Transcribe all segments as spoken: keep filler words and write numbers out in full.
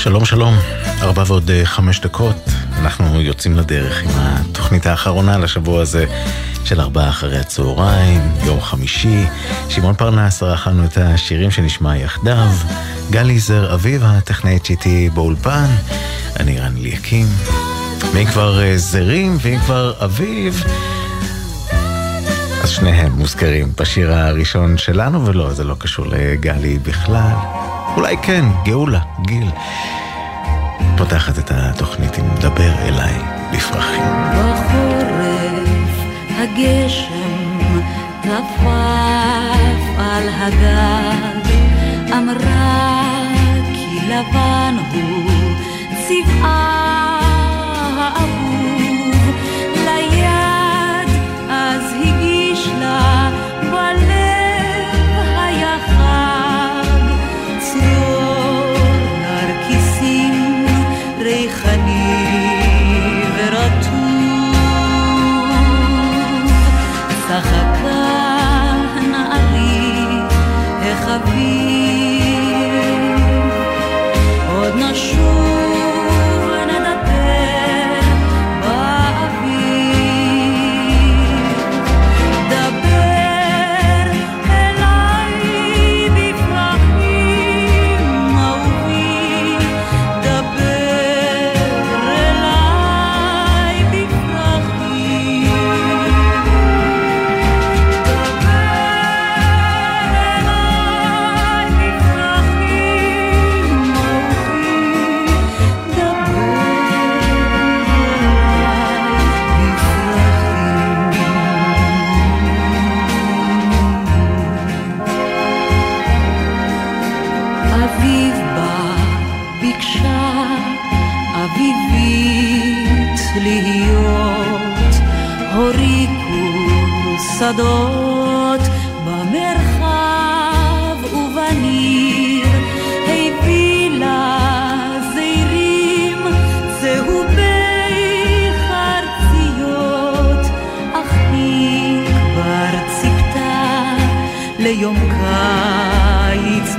שלום שלום, ארבע ועוד חמש דקות, אנחנו יוצאים לדרך עם התוכנית האחרונה לשבוע הזה של ארבעה אחרי הצהריים, יום חמישי. שמעון פרנס ערך לנו את השירים שנשמע יחדיו, גלי זר אביב הטכנאית איתי באולפן, אני רן ליקים. מי כבר זרים ואם כבר אביב, אז שניהם מוזכרים בשיר הראשון שלנו, ולא, זה לא קשור לגלי בכלל. אולי כן, גאולה, גיל פותחת את התוכנית עם דבר אליי בפרחים. בחורף הגשם טפף על הגג, אמרה כי לבן הוא צבעה האהוב, ליד אז הגיש לה בלב היה חג, ציור נרקיסים ריחני ורטוב, צחקה נערי החביב, עוד נשוב נדבר באוויר, דבר אליי בפרחים אהובי, דבר אליי בפרחים, אביב בא ביקשה אביבית להיות, הוריקו שדות במרחב ובניר, הביא לה זעירים צהובי חרציות, אך היא כבר ציפתה ליום קיץ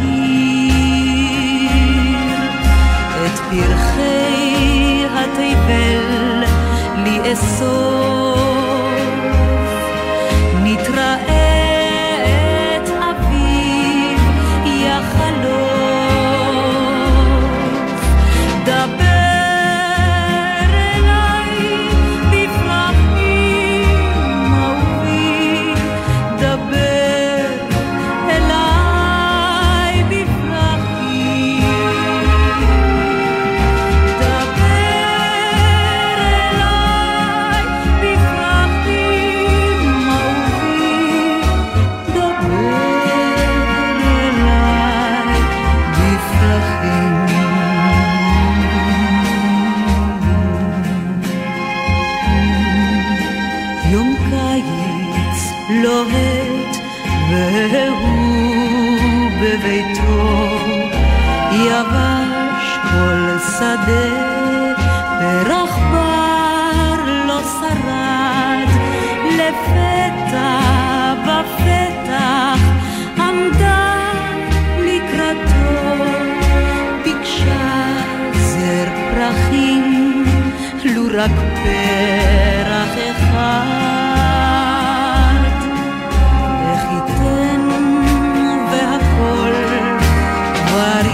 בהיר, את פרחי התבל לאסוף, נתראה את אביב יחלוף, דבר אליי בפרחים אהובי, דבר אליי בפרחים, יום קיץ לוהט והוא בביתו, יבש כל שדה פרח בר לא שרד, לפתע בפתח עמדה לקראתו, ביקשה זר פרחים לו רק פרח אחד, איך ייתן והכל כבר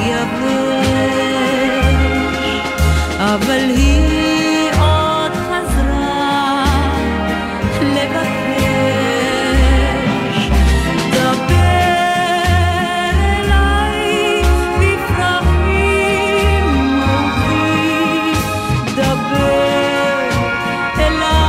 יבש, אבל היא עוד חזרה לבקש, דבר אליי בפרחים אהובי, דבר אליי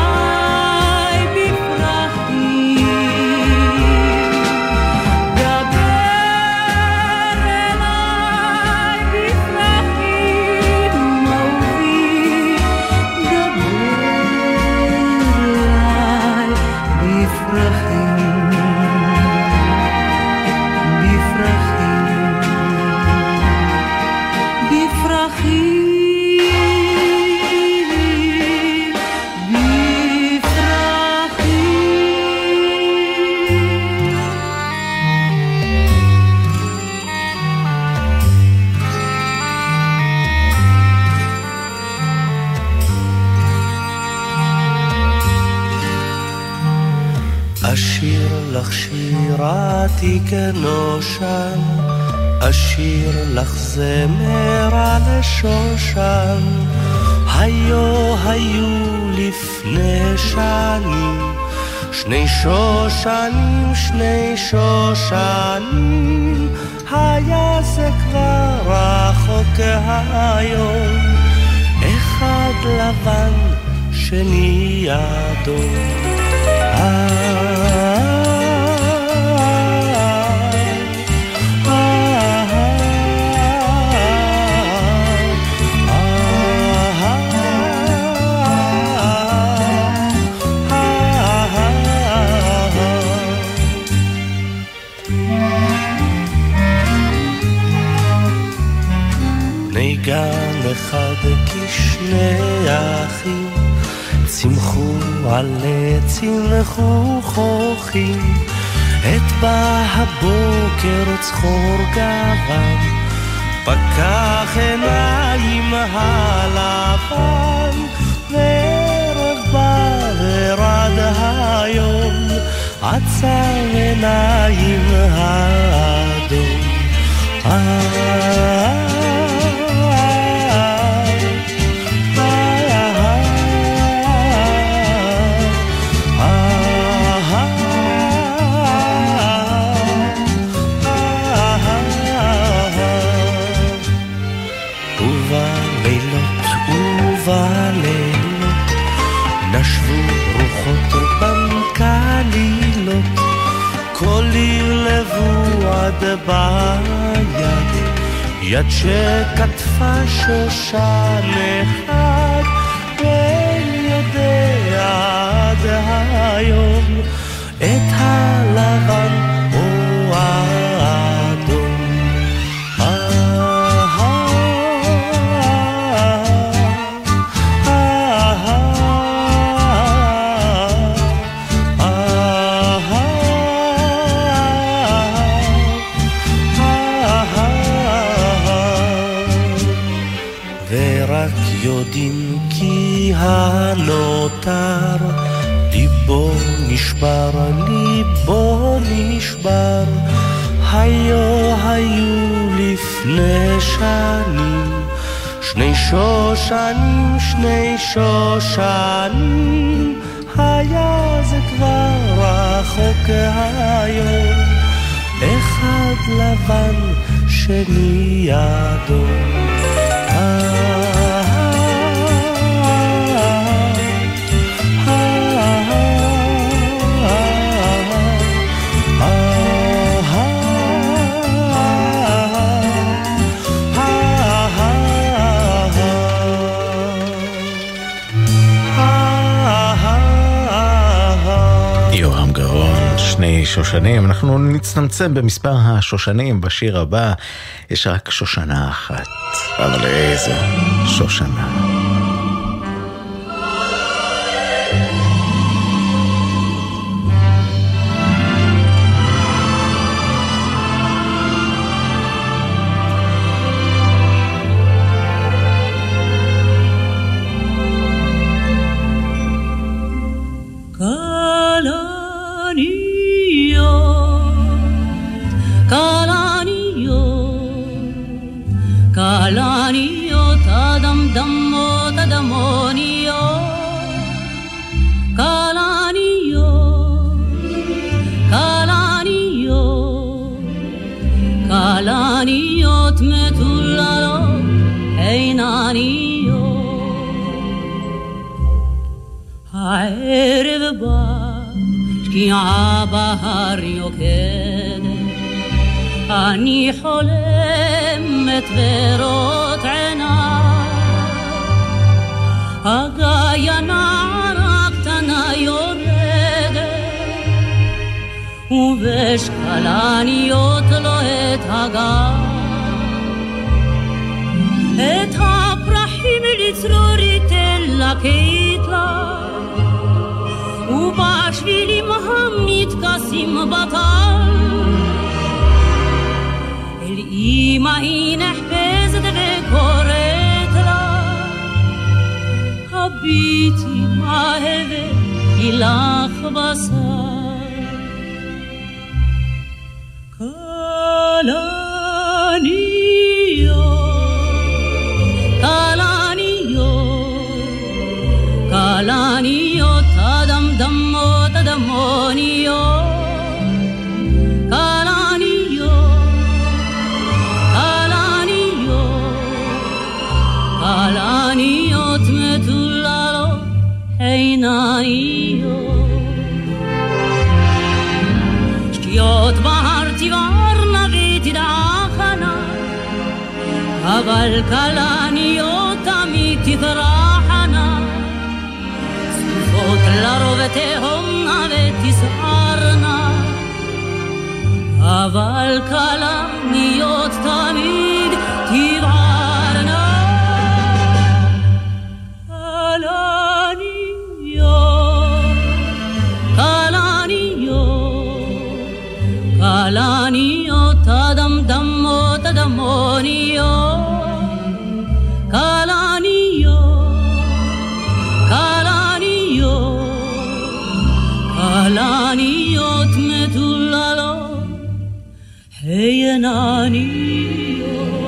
אשיר לך שירתי כנושן, אשיר לך זמר על שושן. היו היו לפני שנים, שני שושנים, שני שושנים. היה זה כבר רחוק היום, אחד לבן שני אדום. גן אחד כשני אחים, צמחו על צמחו חוכים. את בא הבוקר צחור גוון, פקח עיניים הלבן. וערב בא ורד היום, עצר עיניים האדום. אה נשבו רוחות בנקלילות, כל עיר לבועד ביד, יד שכתפה שושן אחד. ואין יודע עד היום את הלבן או האדום. יודעים כי הנותר ליבו נשבר, ליבו נשבר. היו היו לפני שנים, שני שושנים, שני שושנים. היה זה כבר רחוק היום, אחד לבן שני אדום. שני שושנים. אנחנו נצטמצם במספר השושנים. בשיר הבא יש רק שושנה אחת, אבל איזו שושנה. Kalaniyot adam damot adamoniyot, Kalaniyot, Kalaniyot, Kalaniyot metulalot einaniyot. הערב בא שקיעה בהר יוקדת, אני חולמת ורות עיניי, הגיא נערה קטנה יורדת, ובשקלניות לו את הגיא. את הפרחים לצרורית תלקט לה, ובשבילים המתכסים בטל, אמא היא נחפזת וקוראת לה, הביטי מהבת הילך בשר. Kalaniyot adam dammot adamoniyot Kalaniyot Kalaniyot Kalaniyot metulalot heinaniyot שקיעות בהר תברנה ותדעכנה אבל כלניות תמיד תברחנה צפופות לרוב תהומנה ותסערנה אבל כלניות תמיד תברחנה כלניות אדם דמות אדמוניות כלניות כלניות כלניות מתוללות הינניות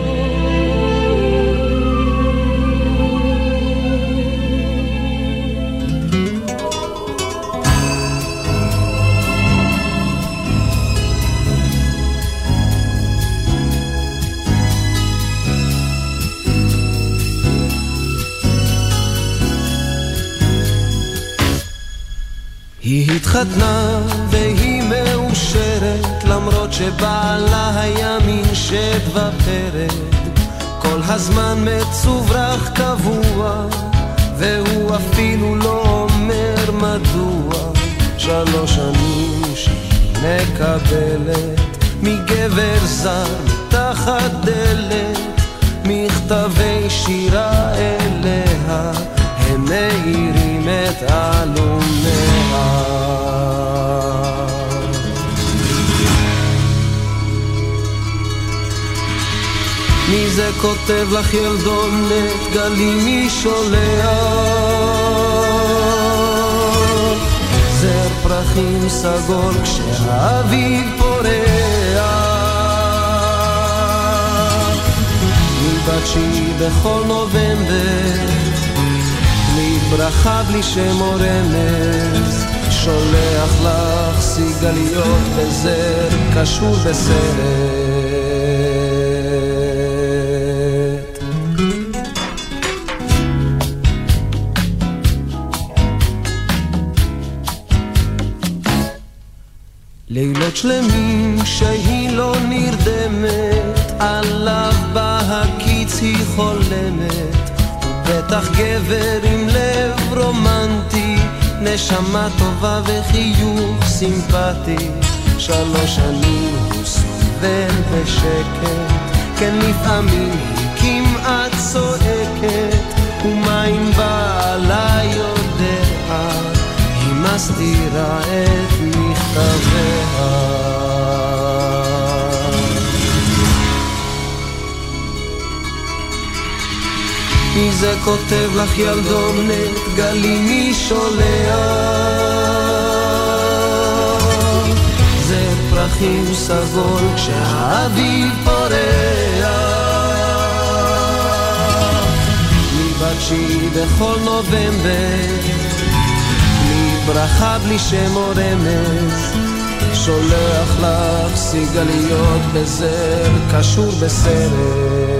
היא התחתנה והיא מאושרת למרות שבעלה היה מין שד ופרד כל הזמן מצוברח קבוע והוא אפילו לא אומר מדוע שלוש שנים שהיא מקבלת מגבר זר מתחת דלת מכתבי שירה אליה הם מאירים את אלוניה מי זה כותב לך ילדונת גלים מי שולח זר פרחים סגול כשהאביב פורח מבטשי בכל נובמבר בלי ברכה בלי שם או רמז שולח לך סיגליות בזר קשור בסרט לילות שלמים שהיא לא נרדמת עליו בהקיץ היא חולמת בטח גבר עם לב רומנטי נשמה טובה וחיוך סימפטי שלוש שנים הוא סובל בשקט כן לפעמים היא כמעט צועקת ומה אם בעלה יודע היא מסתירה את מכתביה מי זה כותב לך ילדונת גלים מי שולח זה פרחים סגול כשהאביב פורח מבטשי בכל נובמבר בלי ברכה בלי שם או רמז שולח לך סיגליות בזר קשור בסרט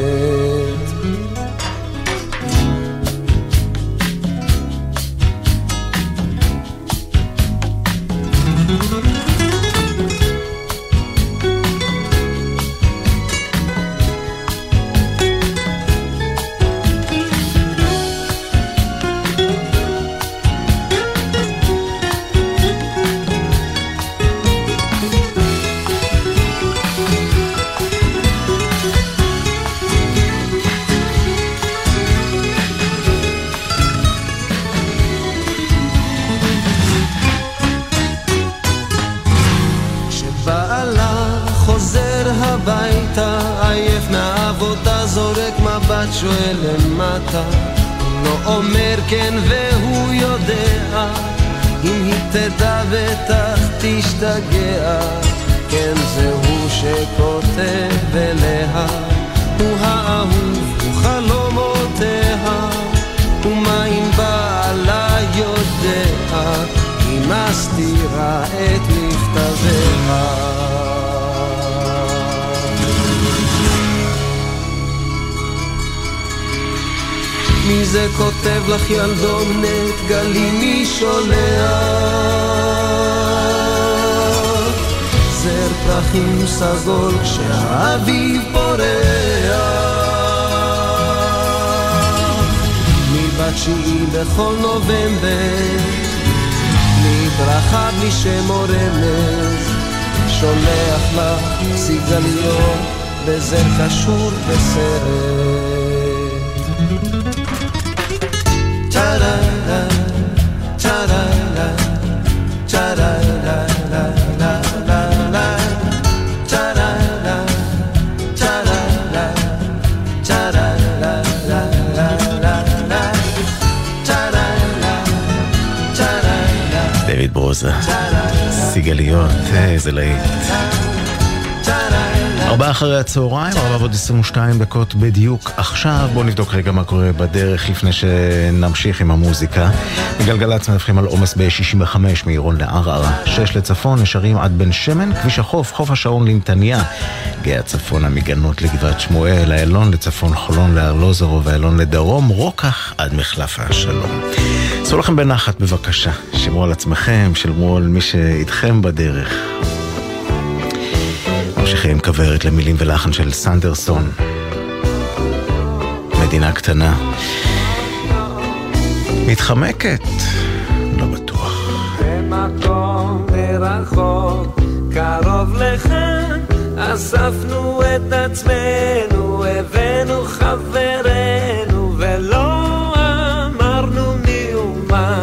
שואל למטה הוא לא אומר כן והוא יודע אם היא תדע בטח תשתגע כן זהו שכותב אליה, הוא האהוב, הוא חלומותיה, ומה אם בעלה יודע, היא מסתירה את מכתביה. מי זה כותב לך ילדון נת גלי מי שולח? זר פרחים סגול כשהאביב פורח, מבתשיעי בכל נובמבר, מברכה בלי שם או רמז, שולח לך סיגליות בזר קשור בסרט. Ta-da-da, ta-da-da, ta-da-da, la-la-la-la, ta-da-da, ta-da-da, ta-da-da-la-la-la-la, ta-da-da, ta-da-da. דויד ברוזה, סיגליות, איזה להיט. ארבעה אחרי הצהריים, ארבע ועוד עשרים ושתיים דקות בדיוק עכשיו. בואו נבדוק רגע מה קורה בדרך לפני שנמשיך עם המוזיקה. בגלגלצ מדווחים על עומס ב-שישים וחמש מעירון לערערה, שש לצפון, נשארים עד בן שמן, כביש החוף, חוף השעון לנתניה, גאה צפון המגנות לגבעת שמואל, האלון לצפון, חולון לארלוזרו והאלון לדרום, רוקח עד מחלף השלום. עשו לכם בנחת בבקשה, שמרו על עצמכם, שלמו על מי שאיתכם בדרך. ממשיכים כברת למילים ולחן של סנדרסון, מדינה קטנה מתחמקת, לא בטוח. במקום מרחוק קרוב לכאן אספנו את עצמנו, הבאנו חברנו ולא אמרנו ניומה.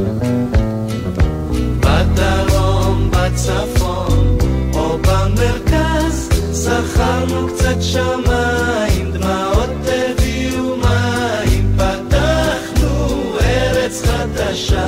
בדרום, בצפון או במרכז שכרנו קצת שמיים, דמעות הביאו מים, פתחנו ארץ חדשה.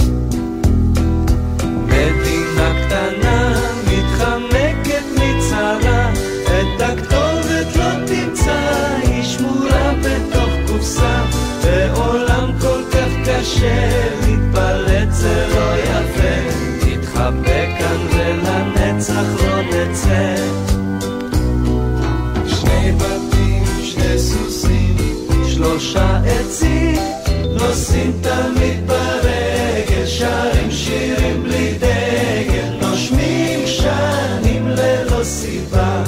מדינה קטנה מתחמקת מצרה, את הכתובת לא תמצא, היא שמורה בתוך קופסה. בעולם כל כך קשה להתפלט זה לא יפה, תתחבק כאן ולנצח לא נצא. שני בתים, שני סוסים, שלושה עצים, נוסעים תמיד ברגל, שרים שירים בלי דגל, נושמים שנים ללא סיבה.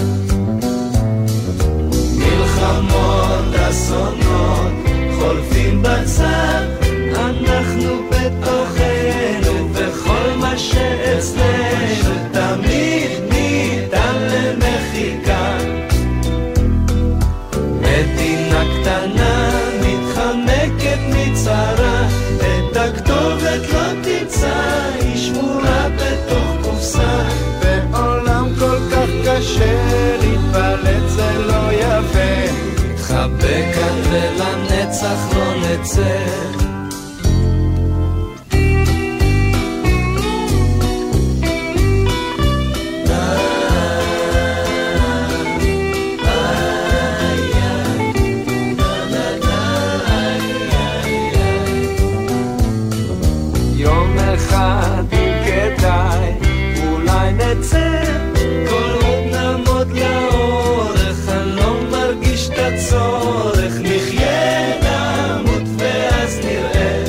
מלחמות, אסונות, חולפים בצד, אנחנו בתוכנו, וכל מה שאצלנו תמיד ניתן למחיקה. מדינה קטנה מתחמקת מצרה, את הכתובת לא תמצא, היא שמורה בתוך קופסה. בעולם כל כך קשה להתפלט זה לא יפה, תחבק כאן ולנצח לא נצא. כדאי אולי נצא, כל עוד נעמוד לאורך, אני לא מרגיש את הצורך, נחיה נמות ואז נראה.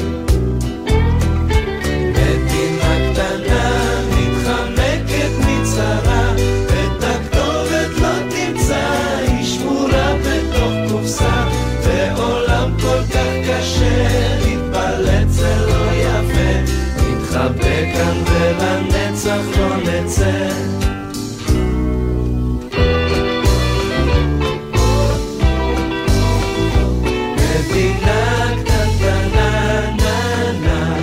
מדינה קטנה מתחמקת מצרה, את הכתובת לא תמצא, היא שמורה בתוך קופסה. בעולם כל כך קשה להתפלט זה לא יפה, נתחבק כאן ולנצח לא נצא. מדינה קטנה נה נה.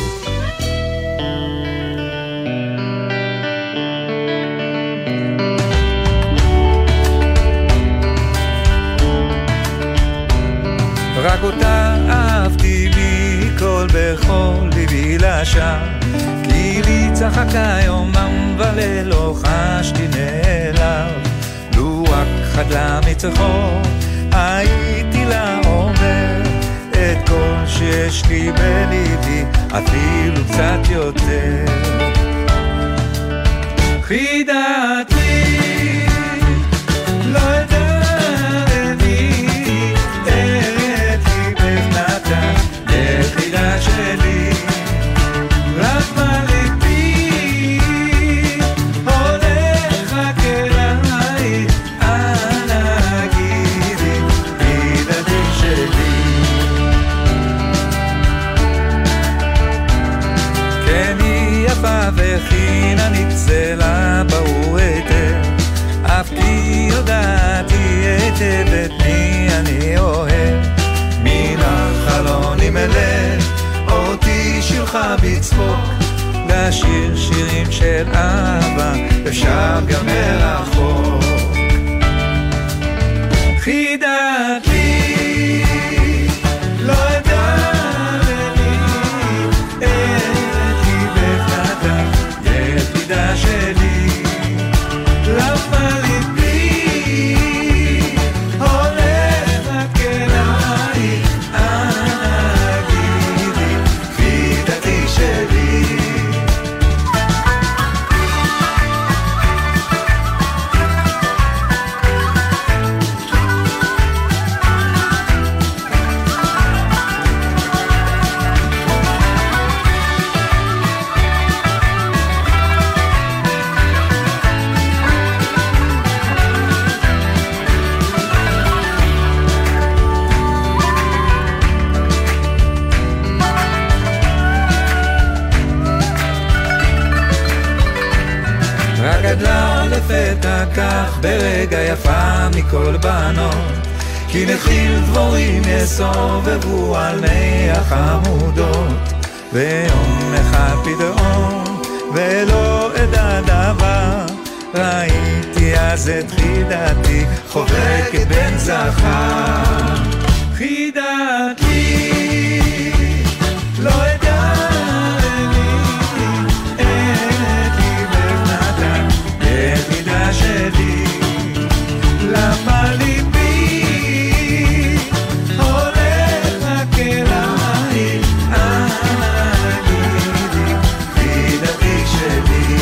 רק אותה אהבתי מכל בכל ליבי לשם, כי גילי צחקה יומם וליל, לא חשתי נעלב, לו רק חדלה מצחו, הייתי לה אומר את כל שיש לי בליבי, אפילו קצת יותר. חידתי לא ידעתי את ליבך יחידה שלי, רק מה ליבי הולך רק אליי, אנא גידי חידתי שלי. כן היא יפה וכינה נצלה ברור היטב, אף כי יודעתי היטב את מי אני אוהב. מן החלון ימלא אותי שילך בצחוק, לשיר שירים של אהבה אפשר גם מרחוק. חידתי לא ידעתי את ליבך נתן יחידה שלי, למה ליבי הולך רק אליי, אנא גידי חידתי שלי. גדלה לפתע כך ברגע יפה מכל בנות, כי נחיל דבורים יסובבו על מי החמודות, ויום אחד פתאום ולא אדע דבר, ראיתי אז את חידתי חובקת בן זכר. חידתי לא אדע שלי, למה ליבי הולך רק אליי, אנא גידי חידתי שלי.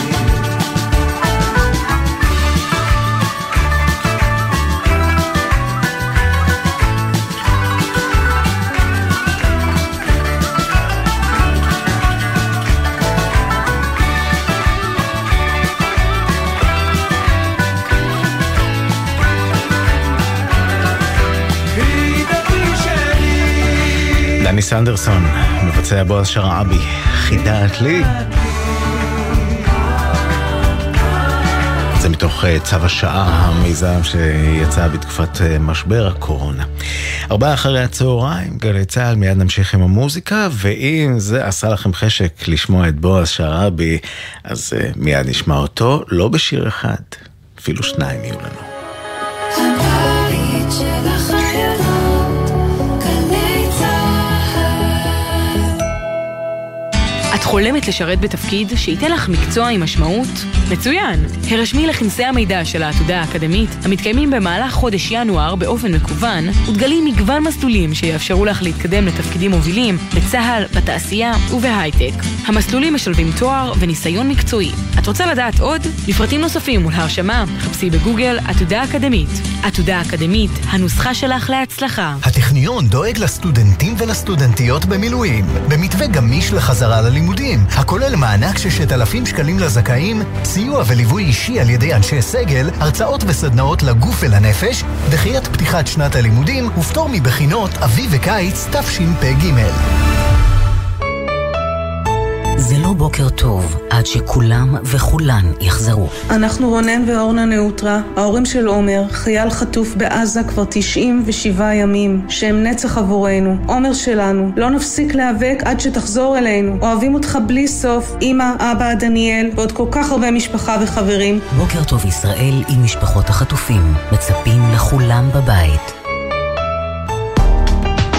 דני סנדרסון, מבצע בועז שרעבי, חידת לי. זה מתוך צו השעה, המיזם שיצא בתקופת משבר הקורונה. ארבעה אחרי הצהריים, גלי צהל, מיד נמשיך עם המוזיקה, ואם זה עשה לכם חשק לשמוע את בועז שרעבי, אז מיד נשמע אותו, לא בשיר אחד, אפילו שניים יהיו לנו. הבית של החיילות, גלי צהל. את חולמת לשרת בתפקיד שייתן לך מקצוע עם משמעות? מצוין! הרשמי לכנסי המידע של העתודה האקדמית, המתקיימים במהלך חודש ינואר באופן מקוון, ותגלי מגוון מסלולים שיאפשרו לך להתקדם לתפקידים מובילים בצהל, בתעשייה ובהייטק. המסלולים משלבים תואר וניסיון מקצועי. את רוצה לדעת עוד? לפרטים נוספים ולהרשמה, חפשי בגוגל עתודה אקדמית. עתודה אקדמית, הנוסחה שלך להצלחה. הטכניון דואג לסטודנטים ולסטודנטיות במילואים, במתווה גמיש לחזרה ללימודים, הכולל מענק ששת אלפים שקלים לזכאים, סיוע וליווי אישי על ידי אנשי סגל, הרצאות וסדנאות לגוף ולנפש, דחיית פתיחת שנת הלימודים ופטור מבחינות אביב וקיץ תשפ"ג. זה לא בוקר טוב עד שכולם וכולן יחזרו. אנחנו רונן ואורנה נאוטרה, ההורים של עומר, חייל חטוף בעזה כבר תשעים ושבעה ימים, שהם נצח עבורנו. עומר שלנו, לא נפסיק להיאבק עד שתחזור אלינו. אוהבים אותך בלי סוף, אמא, אבא, דניאל, ועוד כל כך הרבה משפחה וחברים. בוקר טוב ישראל עם משפחות החטופים, מצפים לכולם בבית.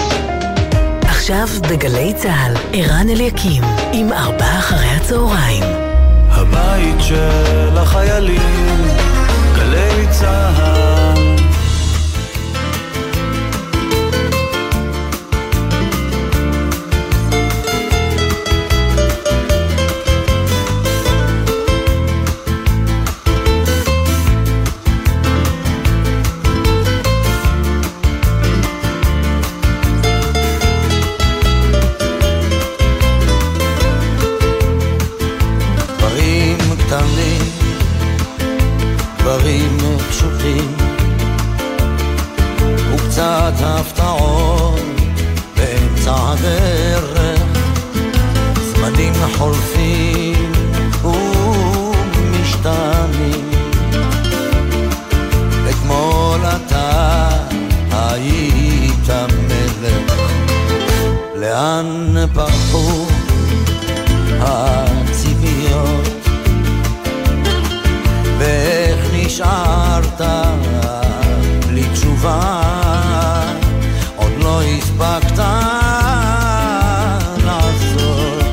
עכשיו בגלי צהל, ערן אליקים עם ארבעה אחרי הצהריים. גלים, גלי צהל. דברים פשוטים וקצת הפתעות באמצע הדרך, זמנים חולפים ומשתנים. אתמול אתה היית מלך, לאן פרחו הציפיות ואיך נשארת בלי תשובה, עוד לא הספקת לעשות.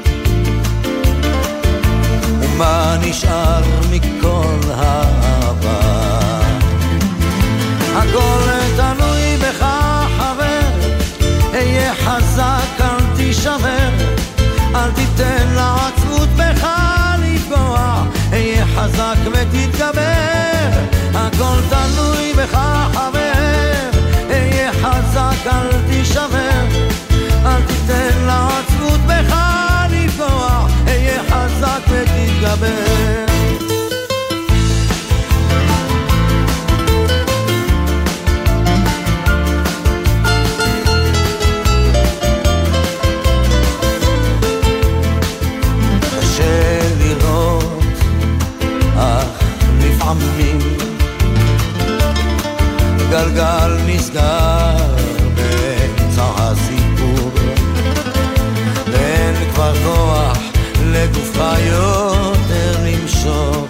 ומה נשאר מכל העבר? הכל תלוי בך חבר, היה חזק אל תישבר, אל תיתן לעצמות בך לפגוע, היה חזק ותתגבר. הכל תלוי בך חבר, היה חזק אל תישבר, אל תיתן לעצמות בך לפגוע, היה חזק ותתגבר. גלגל נסגר באמצע הסיפור, ואין כבר כוח לגופך יותר למשוך.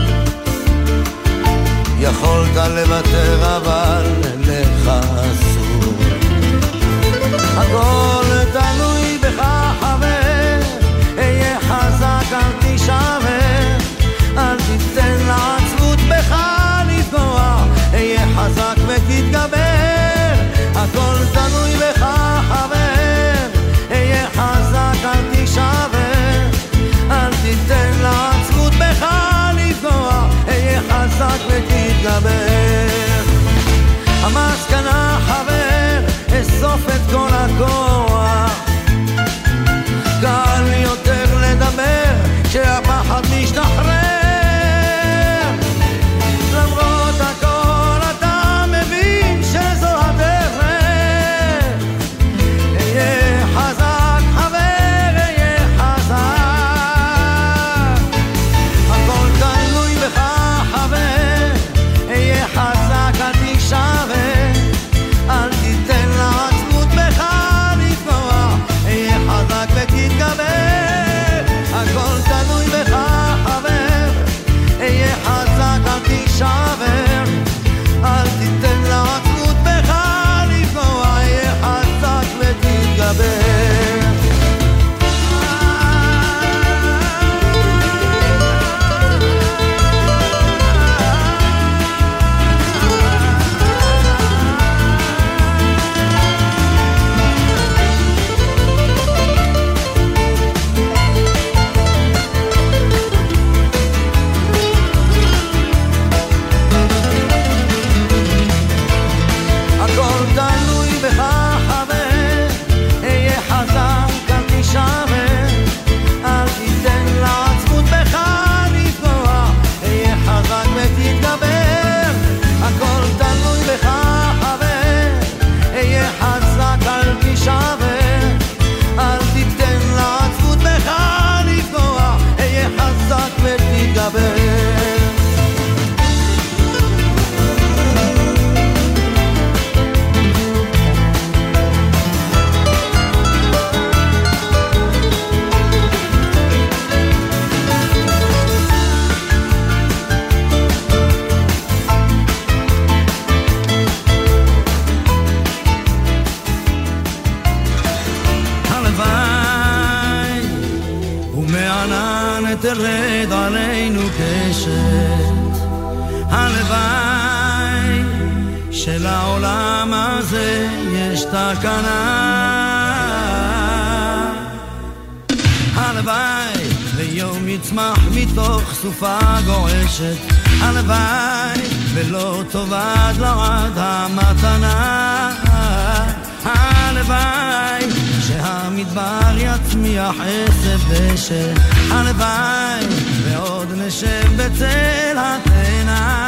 יכולת לוותר אבל לך אסור. הכל תלוי בך חבר, היה חזק אל תישבר, אל תיתן לעצמות בך לפגוע, היה חזק ותתגבר. הכל תלוי בך חבר, היה חזק אל תישבר, אל תיתן לעצמות בך לפגוע, היה חזק ותתגבר. המסקנה חבר, אסוף את כל הכוח, כאן תרד עלינו קשת, הלוואי שלעולם הזה יש תקנה, הלוואי ויום יצמח מתוך סופה גועשת, הלוואי ולא תאבד לעד המתנה, הלוואי שהמדבר יצמיח עשב דשא, הלוואי ועוד נשב בצל התאנה,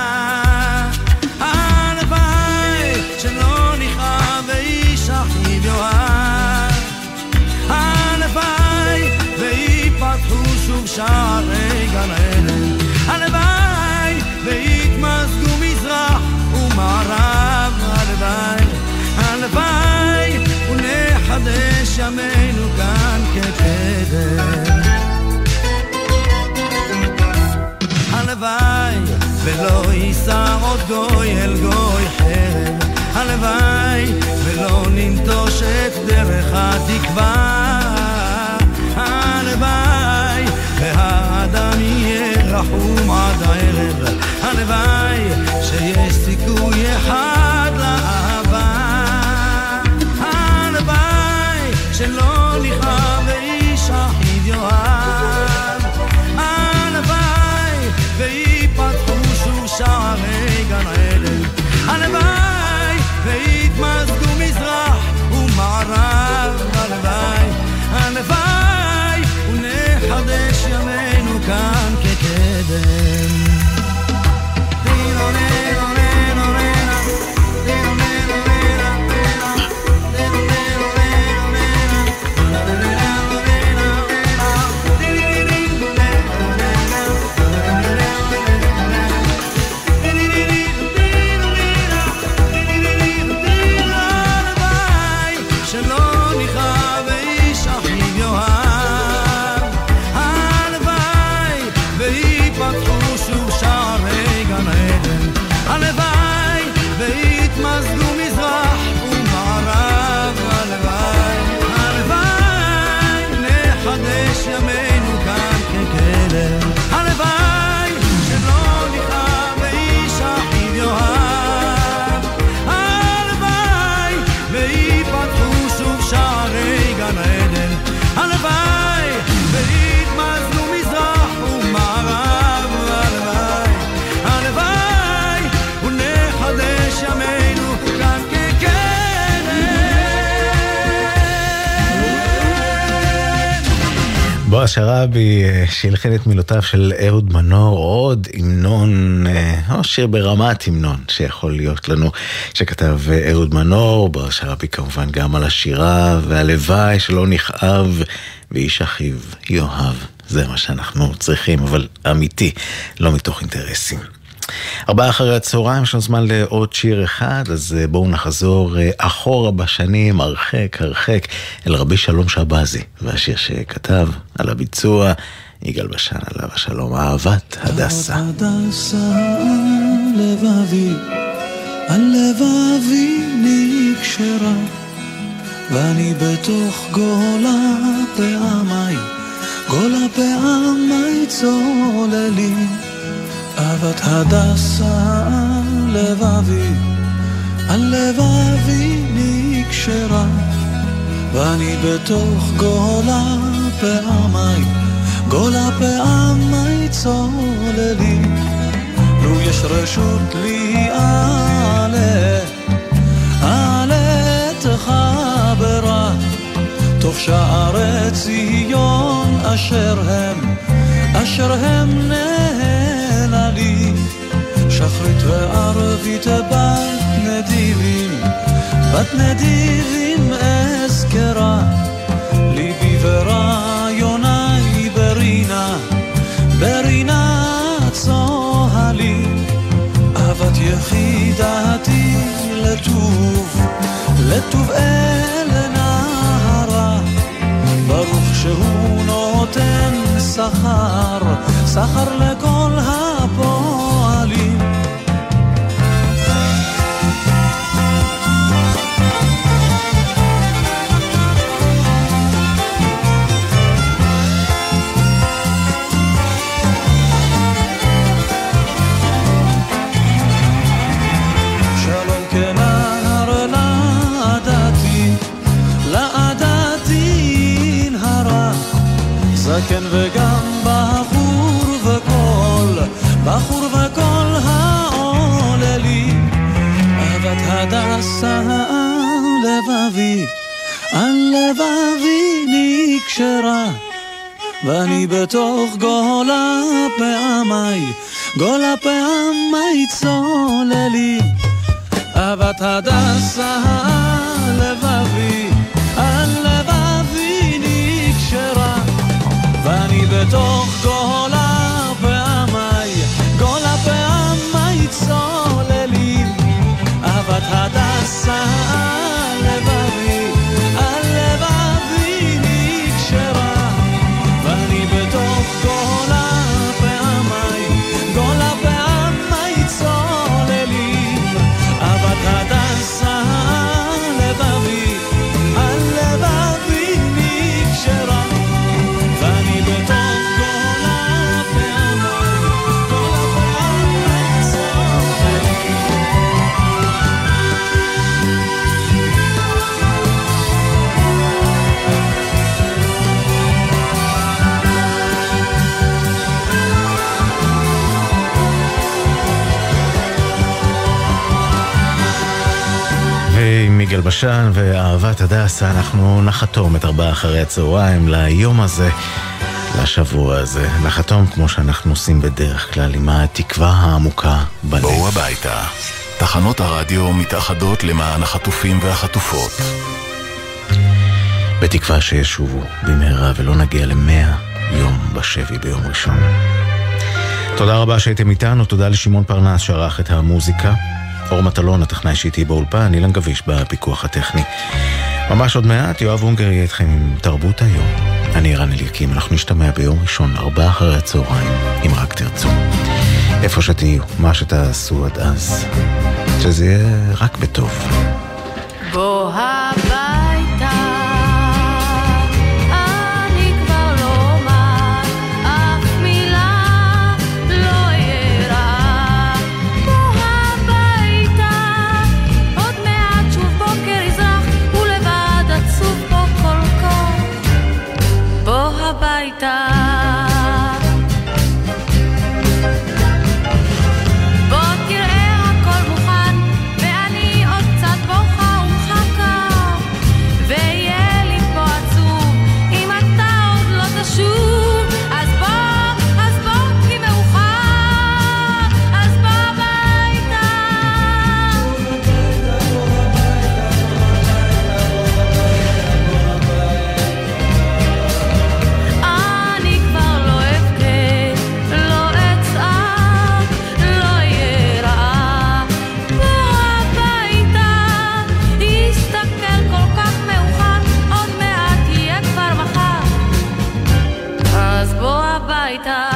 הלוואי שלא נכאב ואיש אחיו יאהב, הלוואי ויפתחו שוב שערי גן עדן, הלוואי ויתמזגו מזרח ומערב, הלוואי, הלוואי ונחדש ימינו כאן כקדם, הלוואי ולא יישא עוד גוי אל גוי חרב, הלוואי ולא ננטוש את דרך התקווה, הלוואי והאדם יהיה רחום עד הערב, הלוואי שיש סיכוי אחד לאהבה, הלוואי שלא נכאב ואיש אחיו יאהב, הלוואי ויפתחו שוב שערי גן עדן, הלוואי ויתמזגו מזרח ומערב, הלוואי, הלוואי ונחדש ימינו כאן כקדם. בועז שרעבי שהלחין את מילותיו של אהוד מנור, עוד המנון, או שיר ברמת המנון שיכול להיות לנו, שכתב אהוד מנור. בועז שרעבי כמובן גם על השירה, והלוואי שלא נכאב ואיש אחיו יאהב. זה מה שאנחנו צריכים, אבל אמיתי, לא מתוך אינטרסים. ארבעה אחרי הצהריים, יש לנו זמן לעוד שיר אחד, אז בואו נחזור אחורה בשנים, הרחק, הרחק, אל רבי שלום שבזי, והשיר שכתב על הביצוע, יגאל בשן עליו השלום, אהבת הדסה. אהבת הדסה על לבבי, על לבבי נקשרה, ואני בתוך גולה פעמי, גולה פעמי צוללים. אהבת הדסה על לבבי, על לבבי נקשרה, ואני בתוך גולה פעמי, גולה פעמי צוללים. לו יש רשות לי עלה, עלה תחברה, תוך שערי ציון אשר הם, אשר הם נהנה לי. שחרית וערבית בת נדיבים, בת נדיבים אזכרה, ליבי ורעיוני ברינה, ברינה צוהלי. אהבת יחידתי לטוב, לטוב אל נהרה, ברוך שהוא נותן שכר, שכר לכל הפועלים. בחור וכל העוללים, אהבת הדסה לבבי, על לבבי נקשרה, ואני בתוך גולה פעמי, גולה פעמי צוללים. אהבת הדסה לבבי, על לבבי נקשרה, ואני בתוך גולה פעמי, גולה פעמי צוללים. אהבת הדסה לבבי, על לבבי נקשרה, ואני בתוך גולה פעמי, גולה פעמי צוללים. אהבת הדסה לבבי, על לבבי נקשרה, ואני בתוך גולה פעמי, גולה פעמי צוללים. ועם מיגל בשן ואהבת הדסה אנחנו נחתום את ארבעה אחרי הצהריים ליום הזה, לשבוע הזה, נחתום כמו שאנחנו עושים בדרך כלל עם התקווה העמוקה בלב. בואו הביתה, תחנות הרדיו מתאחדות למען החטופים והחטופות, בתקווה שישובו במהרה ולא נגיע למאה יום בשבי ביום ראשון. תודה רבה שהייתם איתנו, תודה לשמעון פרנס שערך את המוזיקה, אור מטלון הטכנאי שאיתי באולפן, אילן גביש בפיקוח הטכני. ממש עוד מעט יואב אונגר יהיה איתכם עם תרבות היום. אני רן אליקים, אנחנו נשתמע ביום ראשון ארבעה אחרי הצהריים, אם רק תרצו. איפה שתהיו, מה שתעשו עד אז, שזה יהיה רק בטוב. בוא הביתה, אני כבר לא אומר אף מילה, לא יהיה רע. בוא הביתה, עוד מעט שוב בוקר יזרח, ולבד עצוב פה כל כך. בוא הביתה, בוא תראה הכל מוכן, ואני עוד קצת בוכה ומחכה, ויהיה לי פה עצוב אם אתה עוד לא תשוב. אז בוא, אז בוא כי מאוחר, אז בוא הביתה. אני כבר לא אבכה, לא אצעק, לא יהיה רע. בוא הביתה, הסתכל כל כך מאוחר, עוד מעט יהיה כבר מחר. אז בוא הביתה,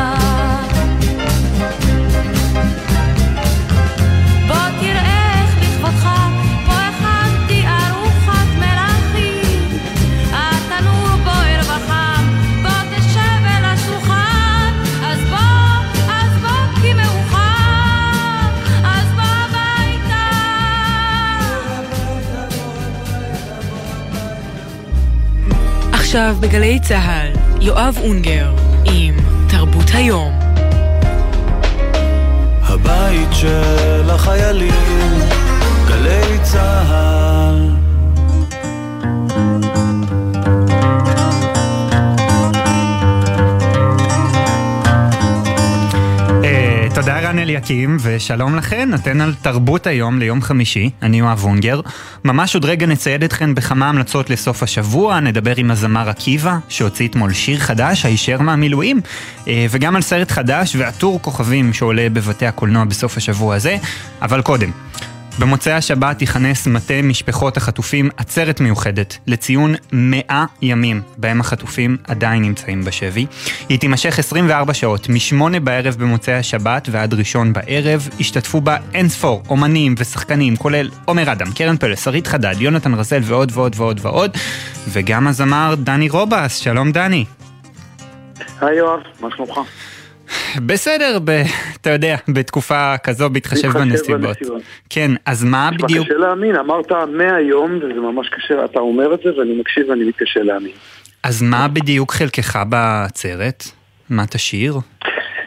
בוא תראה איך לכבודך פה הכנתי ארוחת מלכים. התנור בוער וחם, בוא תשב אל השולחן. אז בוא, אז בוא כי מאוחר, אז בוא הביתה. עכשיו בגלי צהל, יואב אונגר עם תרבות היום. הבית של החיילים, גלי צהל. אה, תודה רן אליקים ושלום לכן, אתן על תרבות היום ליום חמישי, אני יואב אונגר. ממש עוד רגע נצייד אתכן בכמה המלצות לסוף השבוע, נדבר עם הזמר עקיבא שהוציא אתמול שיר חדש, הישר מהמילואים, אה, וגם על סרט חדש ועטור כוכבים שעולה בבתי הקולנוע בסוף השבוע הזה. אבל קודם, במוצאי השבת יכנס מטה משפחות החטופים עצרת מיוחדת לציון מאה ימים בהם החטופים עדיין נמצאים בשבי. היא תימשך עשרים וארבע שעות, משמונה בערב במוצאי השבת ועד ראשון בערב. השתתפו בה אין ספור אומנים ושחקנים, כולל עומר אדם, קרן פלס, שרית חדד, יונתן רזל ועוד ועוד ועוד ועוד, וגם הזמר דני רובס. שלום דני. היי יואב, מה שלומך? בסדר, ב, אתה יודע, בתקופה כזו בהתחשב בנסיבות. בנסיבות. כן, אז מה בדיוק? קשה להאמין, אמרת מאה יום, וזה ממש קשה, אתה אומר את זה, ואני מקשיב ואני מתקשה להאמין. אז מה בדיוק חלקך בעצרת? מה תשאיר?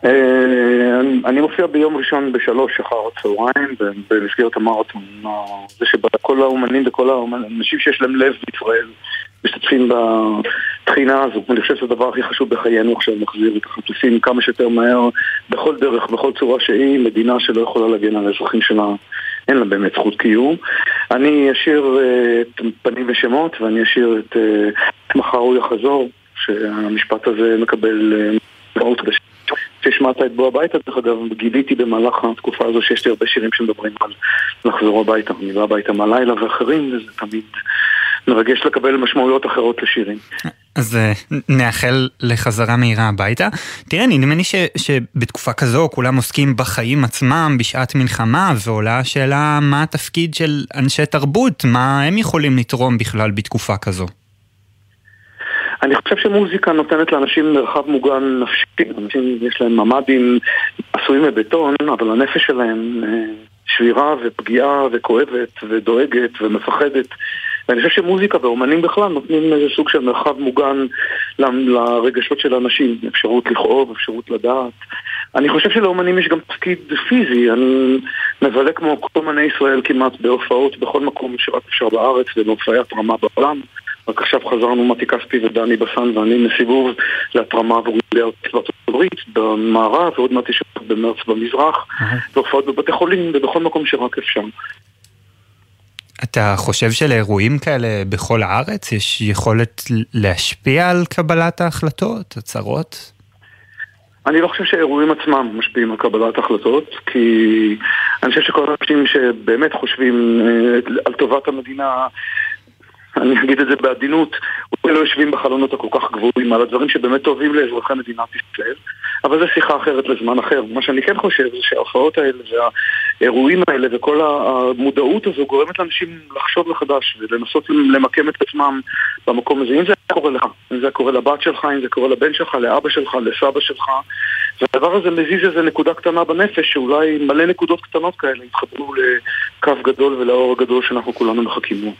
אני מופיע ביום ראשון בשלוש אחר הצהריים במסגרת המרתון. זה שכל האומנים וכל האנשים שיש להם לב בישראל משתתפים בתחינה הזו. אני חושב שזה הדבר הכי חשוב בחיינו עכשיו, להחזיר את החטופים כמה שיותר מהר, בכל דרך, בכל צורה שהיא. מדינה שלא יכולה להגן על האזרחים שלה, אין לה באמת זכות קיום. אני אשאיר את פנים ושמות, ואני אשאיר את מחר הוא יחזור, שהמשפט הזה מקבל מאות בשם. כששמעת את בוא הביתה, דרך אגב, גיליתי במהלך התקופה הזו שיש לי הרבה שירים שמדברים על לחזור הביתה. אני בא הביתה מהלילה ואחרים, וזה תמיד מרגש לקבל משמעויות אחרות לשירים. אז נאחל לחזרה מהירה הביתה. תראה, נדמה לי ש, שבתקופה כזו כולם עוסקים בחיים עצמם בשעת מלחמה, ועולה השאלה מה התפקיד של אנשי תרבות, מה הם יכולים לתרום בכלל בתקופה כזו. אני חושב שמוזיקה נותנת לאנשים מרחב מוגן נפשי. אנשים יש להם ממדים עשויים מבטון, אבל הנפש שלהם שבירה ופגיעה וכואבת ודואגת ומפחדת. ואני חושב שמוזיקה ואומנים בכלל נותנים איזה סוג של מרחב מוגן לרגשות של אנשים, אפשרות לכאוב, אפשרות לדעת. אני חושב שלאומנים יש גם תפקיד פיזי. אני מבלה כמו כל אומני ישראל כמעט בהופעות בכל מקום שרק אפשר בארץ ובהופעי התרמה בעולם. רק עכשיו חזרנו מתי כספי ודני בסן ואני מסיבוב להתרמה עבור בארצות הברית במערב, ועוד מעט יש במרץ במזרח, והופעות בבתי חולים ובכל מקום שרק אפשר. אתה חושב שלאירועים כאלה בכל הארץ יש יכולת להשפיע על קבלת ההחלטות, הצהרות? אני לא חושב שהאירועים עצמם משפיעים על קבלת החלטות, כי אני חושב שכל האנשים שבאמת חושבים על טובת המדינה, אני אגיד את זה בעדינות, אולי לא יושבים בחלונות הכל כך גבוהים על הדברים שבאמת טובים לאזרחי מדינת ישראל, אבל זה שיחה אחרת לזמן אחר. מה שאני כן חושב זה שההופעות האלה והאירועים האלה וכל המודעות הזו גורמת לאנשים לחשוב מחדש ולנסות למקם את עצמם במקום הזה. אם זה קורה לך, אם זה קורה לבת שלך, אם זה קורה לבן שלך, לאבא שלך, לסבא שלך, והדבר הזה מזיז איזה נקודה קטנה בנפש, שאולי מלא נקודות קטנות כאלה יתחברו לקו גדול ולאור הגדול שאנחנו כולנו מחכים לו.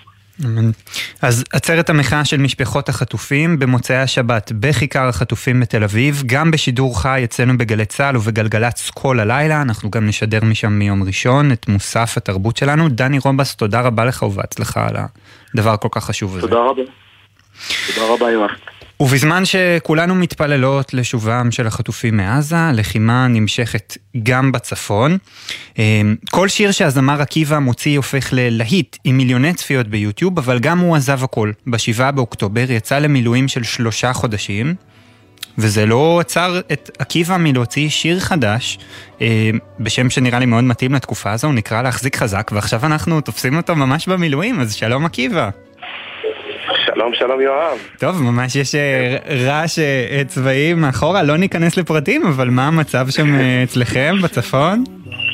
אז עצרת המחאה של משפחות החטופים במוצאי השבת בכיכר החטופים בתל אביב, גם בשידור חי אצלנו בגלי צהל ובגלגלצ כל הלילה. אנחנו גם נשדר משם מיום ראשון את מוסף התרבות שלנו. דני רובס, תודה רבה לך ובהצלחה על הדבר כל כך חשוב הזה. תודה רבה. תודה רבה יואב. ובזמן שכולנו מתפללות לשובם של החטופים מעזה, לחימה נמשכת גם בצפון. כל שיר שהזמר עקיבא מוציא הופך ללהיט עם מיליוני צפיות ביוטיוב, אבל גם הוא עזב הכל. בשבעה באוקטובר יצא למילואים של שלושה חודשים, וזה לא עצר את עקיבא מלהוציא שיר חדש, בשם שנראה לי מאוד מתאים לתקופה הזו, הוא נקרא להחזיק חזק, ועכשיו אנחנו תופסים אותו ממש במילואים, אז שלום עקיבא. שלום, שלום יואב. טוב, ממש יש רעש צבאי מאחורה, לא ניכנס לפרטים, אבל מה המצב שם אצלכם בצפון?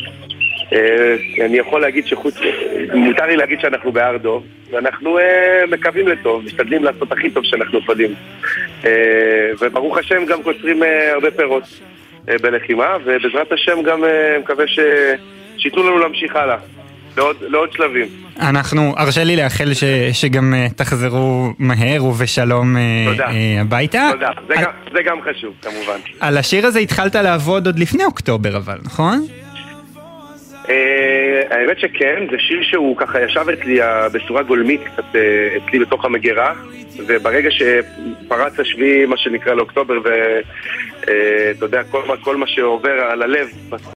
אני יכול להגיד שחוץ, מותר לי להגיד שאנחנו בהר דוב, ואנחנו מקווים לטוב, משתדלים לעשות הכי טוב שאנחנו יכולים. וברוך השם גם קוצרים הרבה פירות בלחימה, ובעזרת השם גם מקווה שיתנו לנו להמשיך הלאה. לעוד, לעוד שלבים. אנחנו, הרשה לי לאחל ש, שגם תחזרו מהר ובשלום תודה. הביתה. תודה, זה, על... גם, זה גם חשוב, כמובן. על השיר הזה התחלת לעבוד עוד לפני אוקטובר, אבל, נכון? האמת שכן, זה שיר שהוא ככה ישב אצלי בצורה גולמית, קצת אצלי בתוך המגירה, וברגע שפרץ השביעי, מה שנקרא לאוקטובר, ואתה יודע, כל מה, כל מה שעובר על הלב,